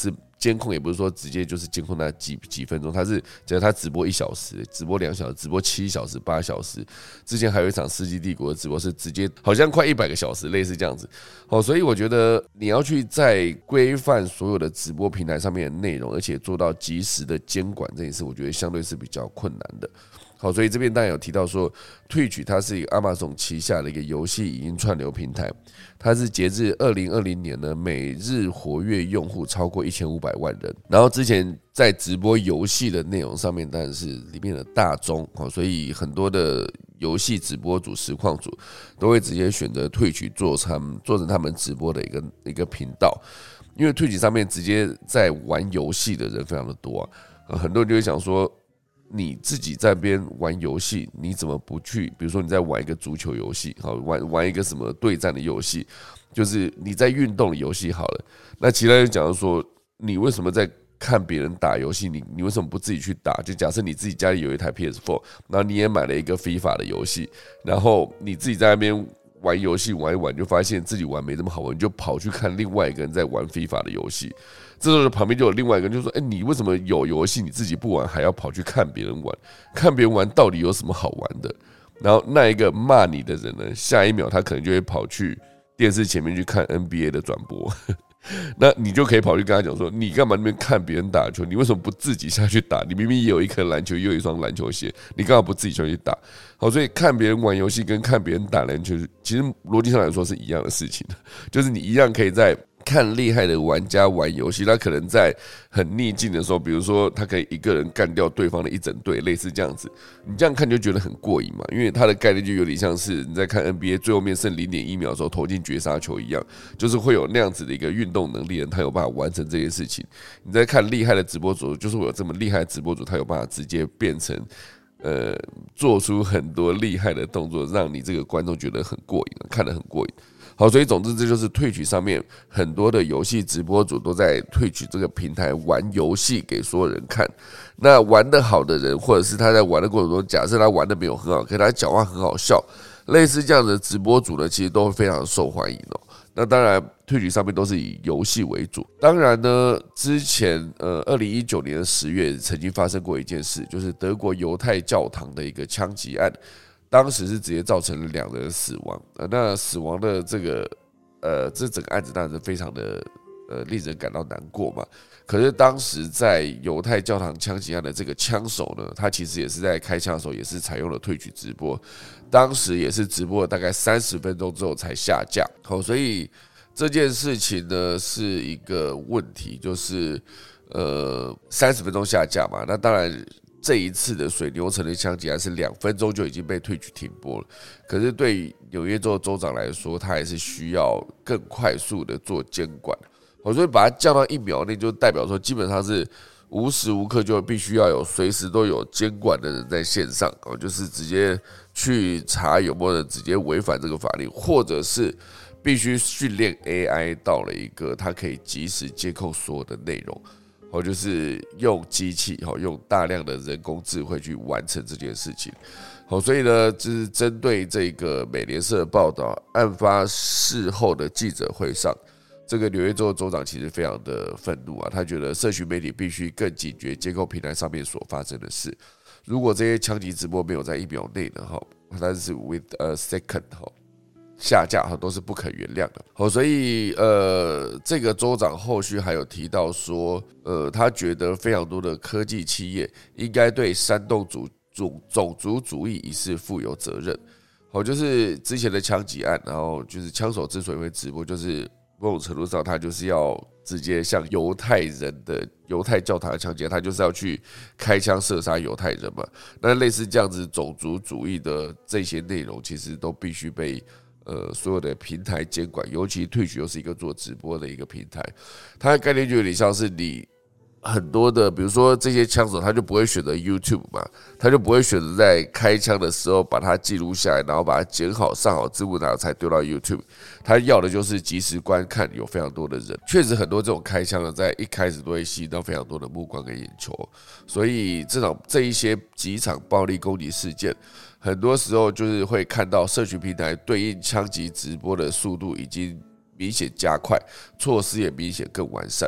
监控也不是说直接就是监控那几几分钟，他是假如他直播一小时、直播两小时、直播七小时、八小时，之前还有一场《世纪帝国》的直播是直接好像快一百个小时，类似这样子。好，所以我觉得你要去在规范所有的直播平台上面的内容，而且做到及时的监管这件事，我觉得相对是比较困难的。好，所以这边当然有提到说 ，Twitch 它是一个 Amazon 旗下的一个游戏影音串流平台，它是截至二零二零年呢，每日活跃用户超过一千五百万人。然后之前在直播游戏的内容上面，当然是里面的大宗，所以很多的游戏直播主、实况主都会直接选择 Twitch 做他们做成他们直播的一个一个频道，因为 Twitch 上面直接在玩游戏的人非常的多啊，很多人就会想说，你自己在那边玩游戏，你怎么不去？比如说你在玩一个足球游戏，好玩玩一个什么对战的游戏，就是你在运动的游戏好了。那其他人讲说，你为什么在看别人打游戏？你你为什么不自己去打？就假设你自己家里有一台 P S 四，然后你也买了一个 FIFA 的游戏，然后你自己在那边玩游戏玩一玩，就发现自己玩没这么好玩，你就跑去看另外一个人在玩 FIFA 的游戏。这时候旁边就有另外一个人就说：“哎、欸，你为什么有游戏你自己不玩，还要跑去看别人玩？看别人玩到底有什么好玩的？”然后那一个骂你的人呢，下一秒他可能就会跑去电视前面去看 N B A 的转播。那你就可以跑去跟他讲说：“你干嘛那边看别人打球？你为什么不自己下去打？你明明也有一颗篮球，也有一双篮球鞋，你干嘛不自己下去打？”好，所以看别人玩游戏跟看别人打篮球，其实逻辑上来说是一样的事情，就是你一样可以在看厉害的玩家玩游戏，他可能在很逆境的时候，比如说他可以一个人干掉对方的一整队，类似这样子，你这样看就觉得很过瘾嘛，因为他的概念就有点像是你在看 N B A 最后面剩零点一秒的时候投进绝杀球一样，就是会有那样子的一个运动能力人，他有办法完成这件事情。你在看厉害的直播主，就是会有这么厉害的直播主，他有办法直接变成呃做出很多厉害的动作，让你这个观众觉得很过瘾，看得很过瘾。好，所以总之这就是 Twitch 上面很多的游戏直播主都在 Twitch 这个平台玩游戏给所有人看。那玩得好的人，或者是他在玩的过程中，假设他玩的没有很好，可是他讲话很好笑，类似这样的直播主呢，其实都非常受欢迎哦。那当然 Twitch 上面都是以游戏为主。当然呢，之前呃二零一九年的十月曾经发生过一件事，就是德国犹太教堂的一个枪击案。当时是直接造成了两人死亡，呃，那死亡的这个呃，这整个案子当然是非常的呃令人感到难过嘛。可是当时在犹太教堂枪击案的这个枪手呢，他其实也是在开枪的时候也是采用了Twitch直播，当时也是直播了大概三十分钟之后才下架。好，所以这件事情呢是一个问题，就是呃三十分钟下架嘛，那当然。这一次的水牛城的枪击案是两分钟就已经被Twitch停播了，可是对纽约州州长来说，他还是需要更快速的做监管，所以把它降到一秒内，就代表说基本上是无时无刻就必须要有随时都有监管的人在线上，就是直接去查有没有人直接违反这个法令，或者是必须训练 A I 到了一个它可以及时监控所有的内容。哦，就是用机器，用大量的人工智慧去完成这件事情。好，所以呢，就是针对这个美联社的报道，案发事后的记者会上，这个纽约州的州长其实非常的愤怒啊，他觉得社群媒体必须更警觉监控平台上面所发生的事。如果这些枪击直播没有在一秒内呢，哈，但是 with a second 哈。下架都是不可原谅的。好，所以呃，这个州长后续还有提到说，呃，他觉得非常多的科技企业应该对煽动种种种族主义一事负有责任。好，就是之前的枪击案，然后就是枪手之所以会直播，就是某种程度上他就是要直接像犹太人的犹太教堂的枪击案，他就是要去开枪射杀犹太人嘛。那类似这样子种族主义的这些内容，其实都必须被。呃，所有的平台监管，尤其Twitch又是一个做直播的一个平台，它的概念就有点像是你很多的，比如说这些枪手，他就不会选择 YouTube 嘛，他就不会选择在开枪的时候把它记录下来，然后把它剪好、上好字幕，然后才丢到 YouTube。他要的就是即时观看，有非常多的人，确实很多这种开枪的，在一开始都会吸引到非常多的目光跟眼球，所以这场这一些几场暴力攻击事件。很多时候就是会看到社群平台对应枪击直播的速度已经明显加快，措施也明显更完善。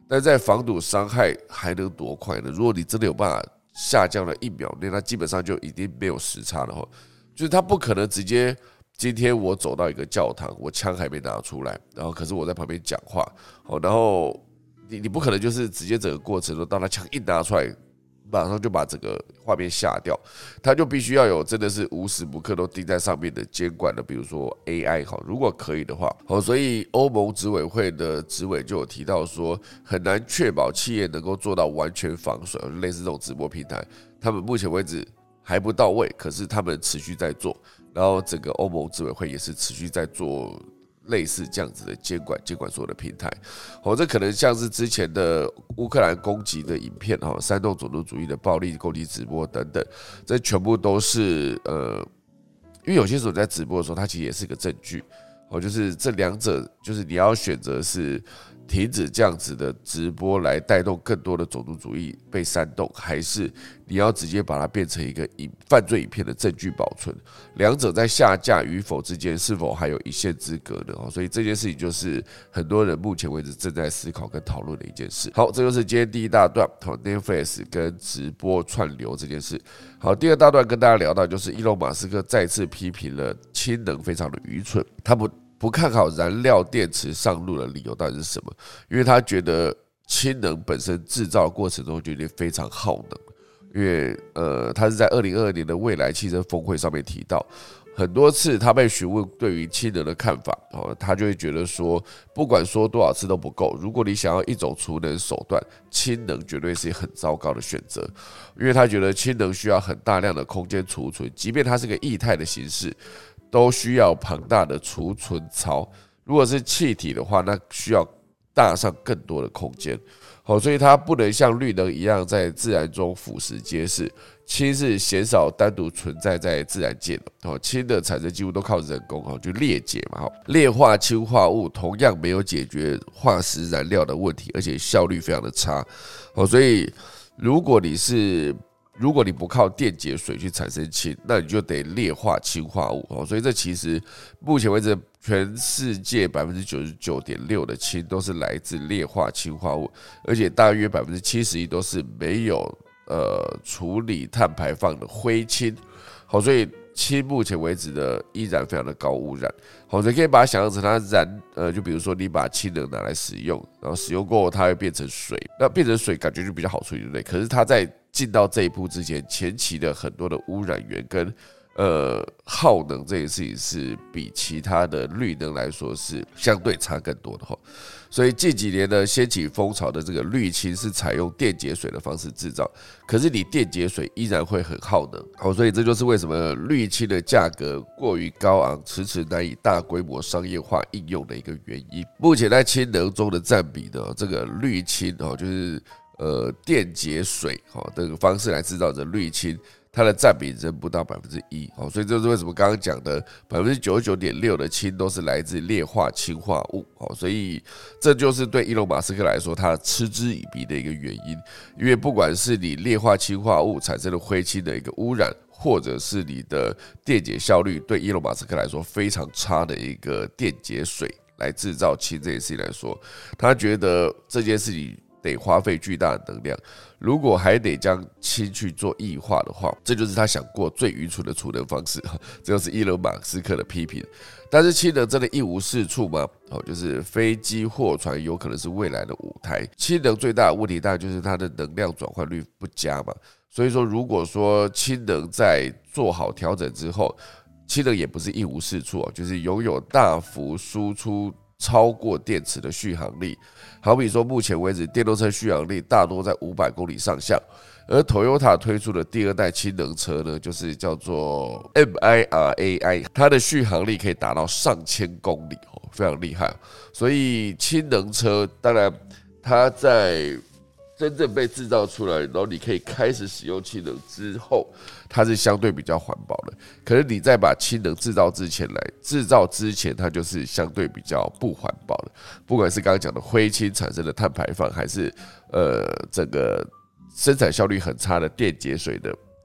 但在防堵伤害还能多快呢？如果你真的有办法下降了一秒内，那基本上就已经没有时差了哈。就是他不可能直接今天我走到一个教堂，我枪还没拿出来，然后可是我在旁边讲话，然后你你不可能就是直接整个过程中，当他枪一拿出来，马上就把整个画面下掉，他就必须要有真的是无时不刻都盯在上面的监管的，比如说 A I 哈，如果可以的话，好，所以欧盟执委会的执委就有提到说，很难确保企业能够做到完全防水，类似这种直播平台，他们目前为止还不到位，可是他们持续在做，然后整个欧盟执委会也是持续在做类似这样子的监管，监管所有的平台，哦，这可能像是之前的乌克兰攻击的影片，哈，煽动种族主义的暴力攻击直播等等，这全部都是呃，因为有些时候在直播的时候，它其实也是个证据，哦，就是这两者，就是你要选择是停止这样子的直播来带动更多的种族主义被煽动，还是你要直接把它变成一个犯罪影片的证据保存？两者在下架与否之间是否还有一线之隔呢？所以这件事情就是很多人目前为止正在思考跟讨论的一件事。好，这就是今天第一大段，好 ，Netflix 跟直播串流这件事。好，第二大段跟大家聊到就是伊隆马斯克再次批评了氢能非常的愚蠢，他不。不看好燃料电池上路的理由到底是什么？因为他觉得氢能本身制造的过程中就已经非常耗能，因为呃，他是在二零二二年的未来汽车峰会上面提到，很多次他被询问对于氢能的看法，哦，他就会觉得说，不管说多少次都不够。如果你想要一种储能手段，氢能绝对是很糟糕的选择，因为他觉得氢能需要很大量的空间储存，即便它是个液态的形式。都需要庞大的储存槽，如果是气体的话，那需要大上更多的空间。好，所以它不能像绿能一样在自然中俯拾皆是。氢是鲜少单独存在在自然界的，氢的产生几乎都靠人工，就裂解嘛。劣化氢化物同样没有解决化石燃料的问题，而且效率非常的差。所以如果你是如果你不靠电解水去产生氢，那你就得劣化氢化物，所以这其实目前为止，全世界 百分之九十九点六 的氢都是来自劣化氢化物，而且大约 百分之七十一 都是没有呃处理碳排放的灰氢。好，所以氢目前为止的依然非常的高污染。好，你可以把它想象成它燃呃，就比如说你把氢能拿来使用，然后使用过后它会变成水，那变成水感觉就比较好处理，对不对？可是它在进到这一步之前，前期的很多的污染源跟呃耗能这件事情是比其他的绿能来说是相对差更多的哈。所以近几年呢，掀起风潮的这个绿氢是采用电解水的方式制造，可是你电解水依然会很耗能，好，所以这就是为什么绿氢的价格过于高昂，迟迟难以大规模商业化应用的一个原因。目前在氢能中的占比呢，这个绿氢哦，就是呃电解水哦这个方式来制造的绿氢。它的占比仍不到 百分之一， 所以这是为什么刚刚讲的 百分之九十九点六 的氢都是来自劣化氢化物，所以这就是对伊隆马斯克来说他嗤之以鼻的一个原因。因为不管是你劣化氢化物产生的灰氢的一个污染，或者是你的电解效率对伊隆马斯克来说非常差的一个电解水来制造氢这件事情来说，他觉得这件事情得花费巨大的能量，如果还得将氢去做液化的话，这就是他想过最愚蠢的储能方式，这就是伊隆马斯克的批评。但是氢能真的一无是处吗？就是飞机、货船有可能是未来的舞台。氢能最大的问题当然就是它的能量转换率不佳嘛，所以说如果说氢能在做好调整之后，氢能也不是一无是处，就是拥有大幅输出超过电池的续航力。好比说目前为止电动车续航力大多在五百公里上下，而 Toyota 推出的第二代氢能车呢，就是叫做 M I R A I， 它的续航力可以达到上千公里，非常厉害。所以氢能车当然它在真正被制造出来，然后你可以开始使用氢能之后，它是相对比较环保的。可是你在把氢能制造之前来制造之前，它就是相对比较不环保的。不管是刚刚讲的灰氢产生的碳排放，还是呃整个生产效率很差的电解水的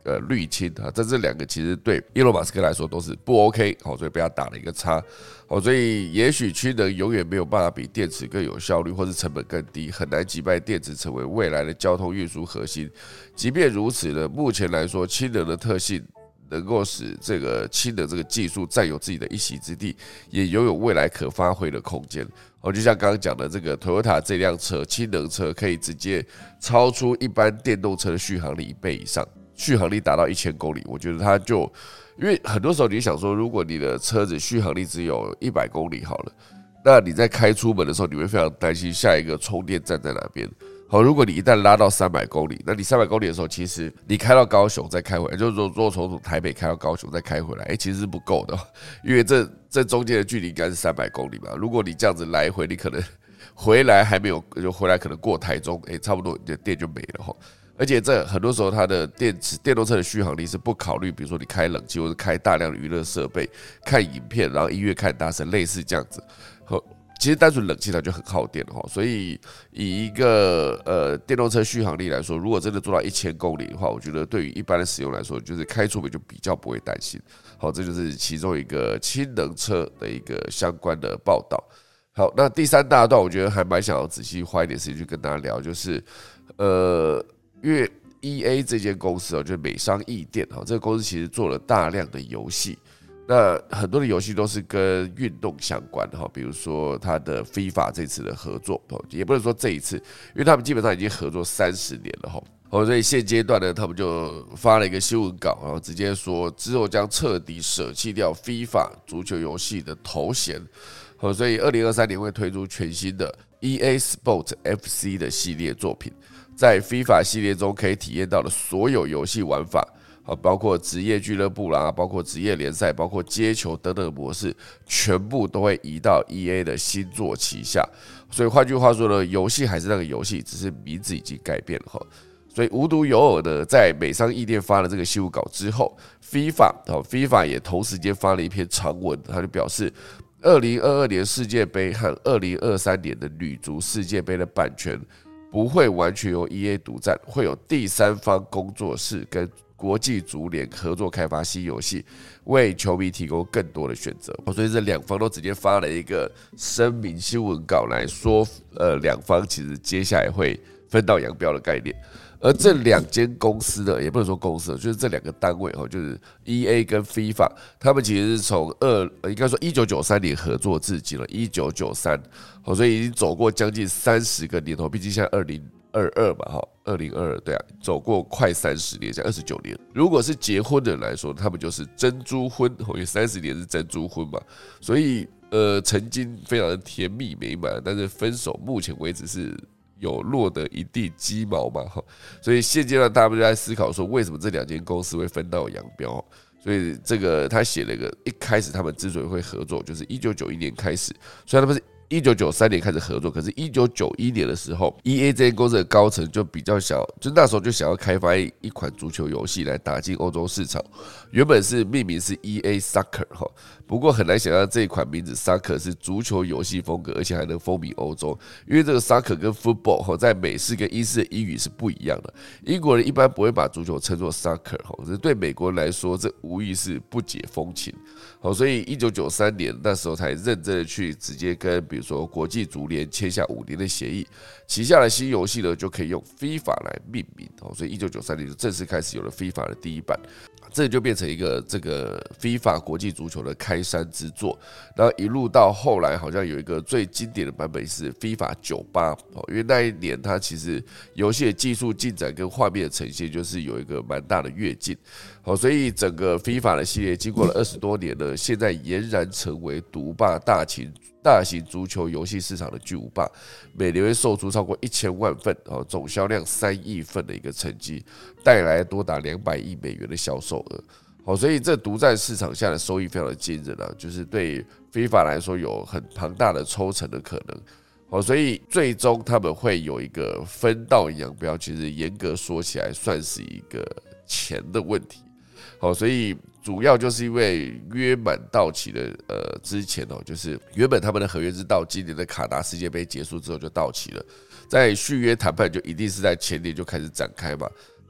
呃滤清啊，这这两个其实对伊隆马斯克来说都是不 OK， 好，所以被他打了一个叉，好，所以也许氢能永远没有办法比电池更有效率，或是成本更低，很难击败电池成为未来的交通运输核心。即便如此呢，目前来说，氢能的特性能够使这个氢能这个技术占有自己的一席之地，也拥有未来可发挥的空间。哦，就像刚刚讲的，这个 Toyota 这辆车，氢能车可以直接超出一般电动车的续航力一倍以上，续航力达到一千公里。我觉得它就，因为很多时候你想说，如果你的车子续航力只有一百公里好了，那你在开出门的时候，你会非常担心下一个充电站在哪边。好，如果你一旦拉到三百公里，那你三百公里的时候，其实你开到高雄再开回来，就是说，如果从台北开到高雄再开回来，哎、欸，其实是不够的，因为这这中间的距离应该是三百公里嘛。如果你这样子来回，你可能回来还没有，就回来可能过台中，哎、欸，差不多你的电就没了哈。而且这很多时候，它的电池电动车的续航力是不考虑，比如说你开冷气或者开大量的娱乐设备、看影片，然后音乐看大声，类似这样子。其实单纯冷气它就很耗电哈，所以以一个呃电动车续航力来说，如果真的做到一千公里的话，我觉得对于一般的使用来说，就是开出门就比较不会担心。好，这就是其中一个氢能车的一个相关的报道。好，那第三大段我觉得还蛮想要仔细花一点时间去跟大家聊，就是呃，因为 E A 这间公司哦，就是美商易电哈，这个公司其实做了大量的游戏。那很多的游戏都是跟运动相关的哈，比如说他的 FIFA 这次的合作，也不能说这一次，因为他们基本上已经合作三十年了哈。哦，所以现阶段呢，他们就发了一个新闻稿，然后直接说之后将彻底舍弃掉 FIFA 足球游戏的头衔。哦，所以二零二三年会推出全新的 E A Sport F C 的系列作品，在 FIFA 系列中可以体验到的所有游戏玩法。包括职业俱乐部啦，包括职业联赛，包括接球等等的模式，全部都会移到 E A 的新作旗下。所以换句话说呢，游戏还是那个游戏，只是名字已经改变了哈。所以无独有偶呢，在美商易电发了这个新闻稿之后 ，FIFA 哦 ，FIFA 也同时间发了一篇长文，他就表示，二零二二年世界杯和二零二三年的女足世界杯的版权不会完全由 E A 独占，会有第三方工作室跟国际足联合作开发新游戏，为球迷提供更多的选择。所以这两方都直接发了一个声明新闻稿来说，呃，两方其实接下来会分道扬镳的概念。而这两间公司呢，也不能说公司，就是这两个单位就是 E A 跟 FIFA， 他们其实是从二应该说一九九三年合作至今了，一九九三，所以已经走过将近三十个年头，毕竟现在二零二二嘛，哈，二零二二对啊，走过快三十年，像二十九年。如果是结婚的人来说，他们就是珍珠婚，因为三十年是珍珠婚嘛，所以呃，曾经非常的甜蜜美满，但是分手目前为止是有落得一地鸡毛嘛，哈，所以现阶段大家就在思考说，为什么这两间公司会分道扬镳？所以这个他写了一个，一开始他们之所以会合作，就是一九九一年开始，虽然他们是一九九三年开始合作，可是一九九一年的时候 ，E A 这间公司的高层就比较想，就那时候就想要开发一款足球游戏来打进欧洲市场。原本是命名是 E A Soccer 哈，不过很难想象这一款名字 Soccer 是足球游戏风格，而且还能风靡欧洲。因为这个 Soccer 跟 Football 哈，在美式跟英式的英语是不一样的。英国人一般不会把足球称作 Soccer 哈，这对美国人来说，这无疑是不解风情。好，所以一九九三年那时候才认真的去直接跟比如说国际足联签下五年的协议，旗下的新游戏呢就可以用 FIFA 来命名。所以一九九三年就正式开始有了 FIFA 的第一版，这就变成一个这个 FIFA 国际足球的开山之作。然后一路到后来，好像有一个最经典的版本是 FIFA 九八，因为那一年它其实游戏的技术进展跟画面的呈现就是有一个蛮大的跃进。好，所以整个 FIFA 的系列经过了二十多年呢，现在俨然成为独霸大型大型足球游戏市场的巨无霸，每年会售出超过一千万份，总销量三亿份的一个成绩，带来多达两百亿美元的销售额。好，所以这独占市场下的收益非常的惊人啊，就是对 FIFA 来说有很庞大的抽成的可能。好，所以最终他们会有一个分道扬镳，其实严格说起来算是一个钱的问题。好，所以主要就是因为约满到期的呃之前哦，就是原本他们的合约是到今年的卡达世界杯结束之后就到期了，在续约谈判就一定是在前年就开始展开嘛。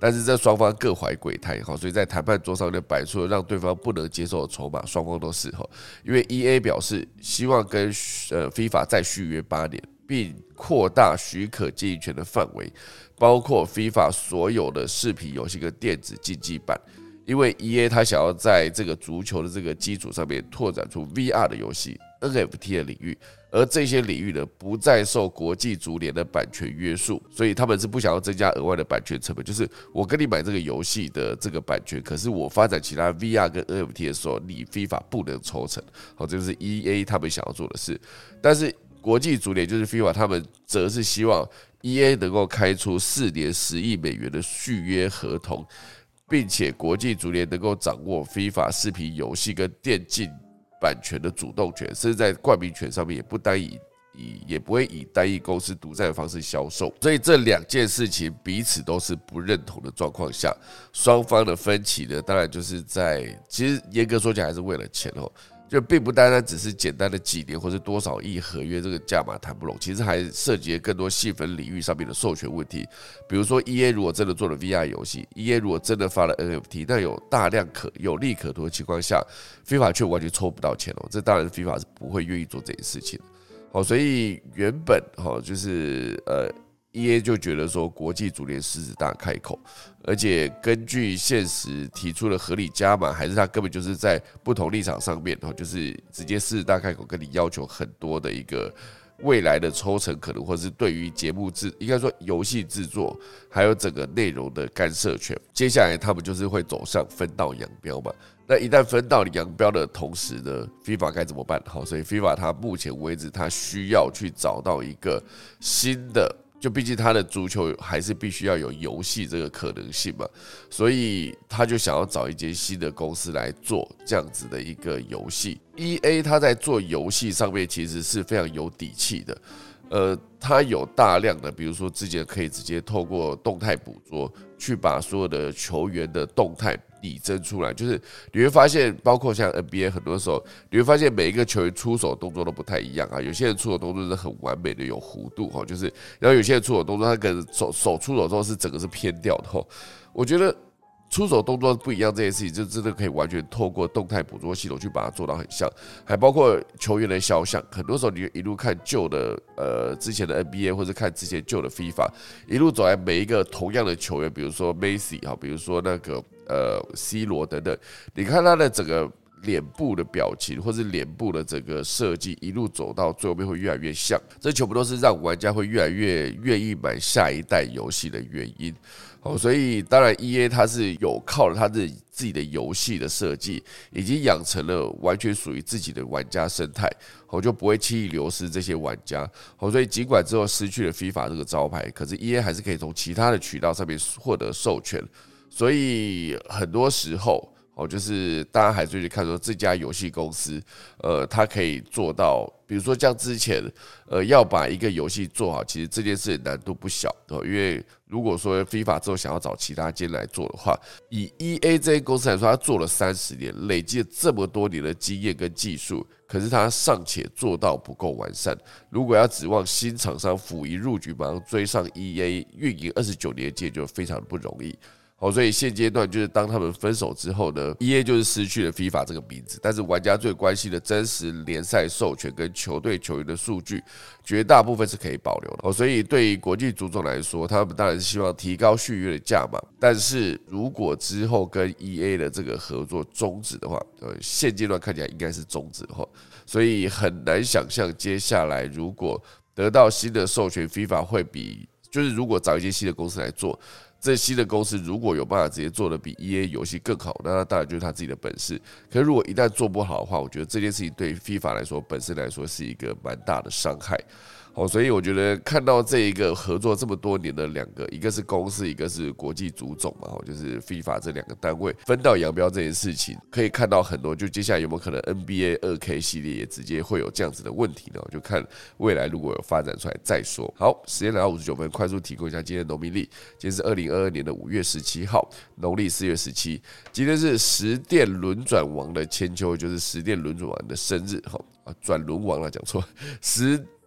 但是这双方各怀鬼胎，所以在谈判桌上就摆出了让对方不能接受的筹码，双方都是。因为 E A 表示希望跟呃 FIFA 再续约八年，并扩大许可经营权的范围，包括 FIFA 所有的视频游戏跟电子竞技版。因为 E A 他想要在这个足球的这个基础上面拓展出 V R 的游戏 N F T 的领域，而这些领域呢不再受国际足联的版权约束，所以他们是不想要增加额外的版权成本。就是我跟你买这个游戏的这个版权，可是我发展其他 V R 跟 N F T 的时候，你 FIFA 不能抽成。好，这就是 E A 他们想要做的事。但是国际足联就是 FIFA 他们则是希望 E A 能够开出四年十亿美元的续约合同，并且国际足联能够掌握 FIFA 视频游戏跟电竞版权的主动权，甚至在冠名权上面也不单以以也不会以单一公司独占的方式销售。所以这两件事情彼此都是不认同的状况下，双方的分歧呢，当然就是在其实严格说起来还是为了钱哦。就并不单单只是简单的几年或是多少亿合约这个价码谈不拢，其实还涉及了更多细分领域上面的授权问题。比如说 E A 如果真的做了 V R 游戏 ，E A 如果真的发了 N F T， 那有大量可有利可图的情况下 ，FIFA 却完全抽不到钱哦。这当然 FIFA 是不会愿意做这件事情的。好，所以原本哈就是呃。E A 就觉得说国际足联狮子大开口，而且根据现实提出了合理加码，还是他根本就是在不同立场上面，就是直接狮子大开口跟你要求很多的一个未来的抽成可能，或是对于节目制应该说游戏制作还有整个内容的干涉权。接下来他们就是会走上分道扬镳嘛。那一旦分道扬镳的同时呢 ，FIFA 该怎么办？好，所以 FIFA 它目前为止，它需要去找到一个新的。就毕竟他的足球还是必须要有游戏这个可能性嘛，所以他就想要找一间新的公司来做这样子的一个游戏。E A 他在做游戏上面其实是非常有底气的，呃，他有大量的，比如说之前可以直接透过动态捕捉去把所有的球员的动态拟真出来，就是你会发现，包括像 N B A 很多时候，你会发现每一个球员出手动作都不太一样啊。有些人出手动作是很完美的，有弧度哈，就是，然后有些人出手动作，他可能手手出手之后是整个是偏掉的哈。我觉得出手动作不一样这件事情，就真的可以完全透过动态捕捉系统去把它做到很像，还包括球员的肖像。很多时候你一路看旧的呃之前的 N B A 或者看之前旧的 FIFA， 一路走来每一个同样的球员，比如说 Messi 哈，比如说那个呃 C 罗等等，你看他的整个脸部的表情，或是脸部的整个设计，一路走到最后面会越来越像，这全部都是让玩家会越来越愿意买下一代游戏的原因。好，所以当然 E A 它是有靠了它自己自己的游戏的设计，已经养成了完全属于自己的玩家生态，好，就不会轻易流失这些玩家。好，所以尽管之后失去了 FIFA 这个招牌，可是 E A 还是可以从其他的渠道上面获得授权。所以很多时候，哦，就是大家还是去看说这家游戏公司，呃，它可以做到，比如说像之前，呃，要把一个游戏做好，其实这件事难度不小哦。因为如果说 FIFA 之后想要找其他间来做的话，以 E A 这间公司来说，它做了三十年，累积了这么多年的经验跟技术，可是它尚且做到不够完善。如果要指望新厂商甫一入局，马上追上 E A 运营二十九年的经验，就非常不容易。好，所以现阶段就是当他们分手之后呢 ，E A 就是失去了 FIFA 这个名字，但是玩家最关心的真实联赛授权跟球队球员的数据，绝大部分是可以保留的。所以对于国际足总来说，他们当然是希望提高续约的价码，但是如果之后跟 E A 的这个合作终止的话，呃，现阶段看起来应该是终止的话，所以很难想象接下来如果得到新的授权 ，FIFA 会比就是如果找一间新的公司来做。这新的公司如果有办法直接做的比 E A 游戏更好，那当然就是他自己的本事。可是如果一旦做不好的话，我觉得这件事情对 FIFA 来说本身来说是一个蛮大的伤害。好，所以我觉得看到这一个合作这么多年的两个，一个是公司，一个是国际足总嘛，就是 FIFA 这两个单位分道扬镳这件事情，可以看到很多。就接下来有没有可能 N B A 二 K 系列也直接会有这样子的问题呢？就看未来如果有发展出来再说。好，时间来到五十九分，快速提供一下今天的农民历。今天是二零二二年的五月十七号，农历四月十七。今天是十殿轮转王的千秋，就是十殿轮转王的生日。好啊，转轮王了，讲错，十。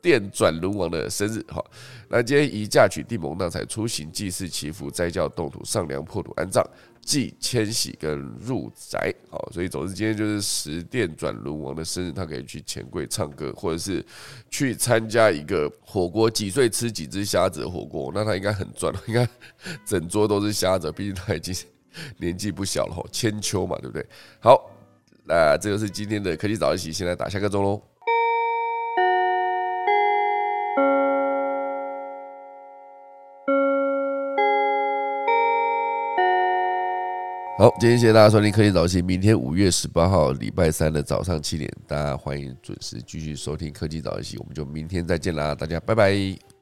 殿转轮王的生日。好，那今天宜嫁娶订盟纳采出行祭祀祈福斋教动土上梁破土安葬祭迁徙跟入宅。好，所以总之今天就是十殿转轮王的生日，他可以去钱柜唱歌，或者是去参加一个火锅，几岁吃几只虾子的火锅，那他应该很赚，应该整桌都是虾子，毕竟他已经年纪不小了，千秋嘛，对不对？好，那这就是今天的科技早自习，先来打下个钟喽。好，今天谢谢大家收听科技早起。明天五月十八号礼拜三的早上七点，大家欢迎准时继续收听科技早起。我们就明天再见啦，大家拜拜。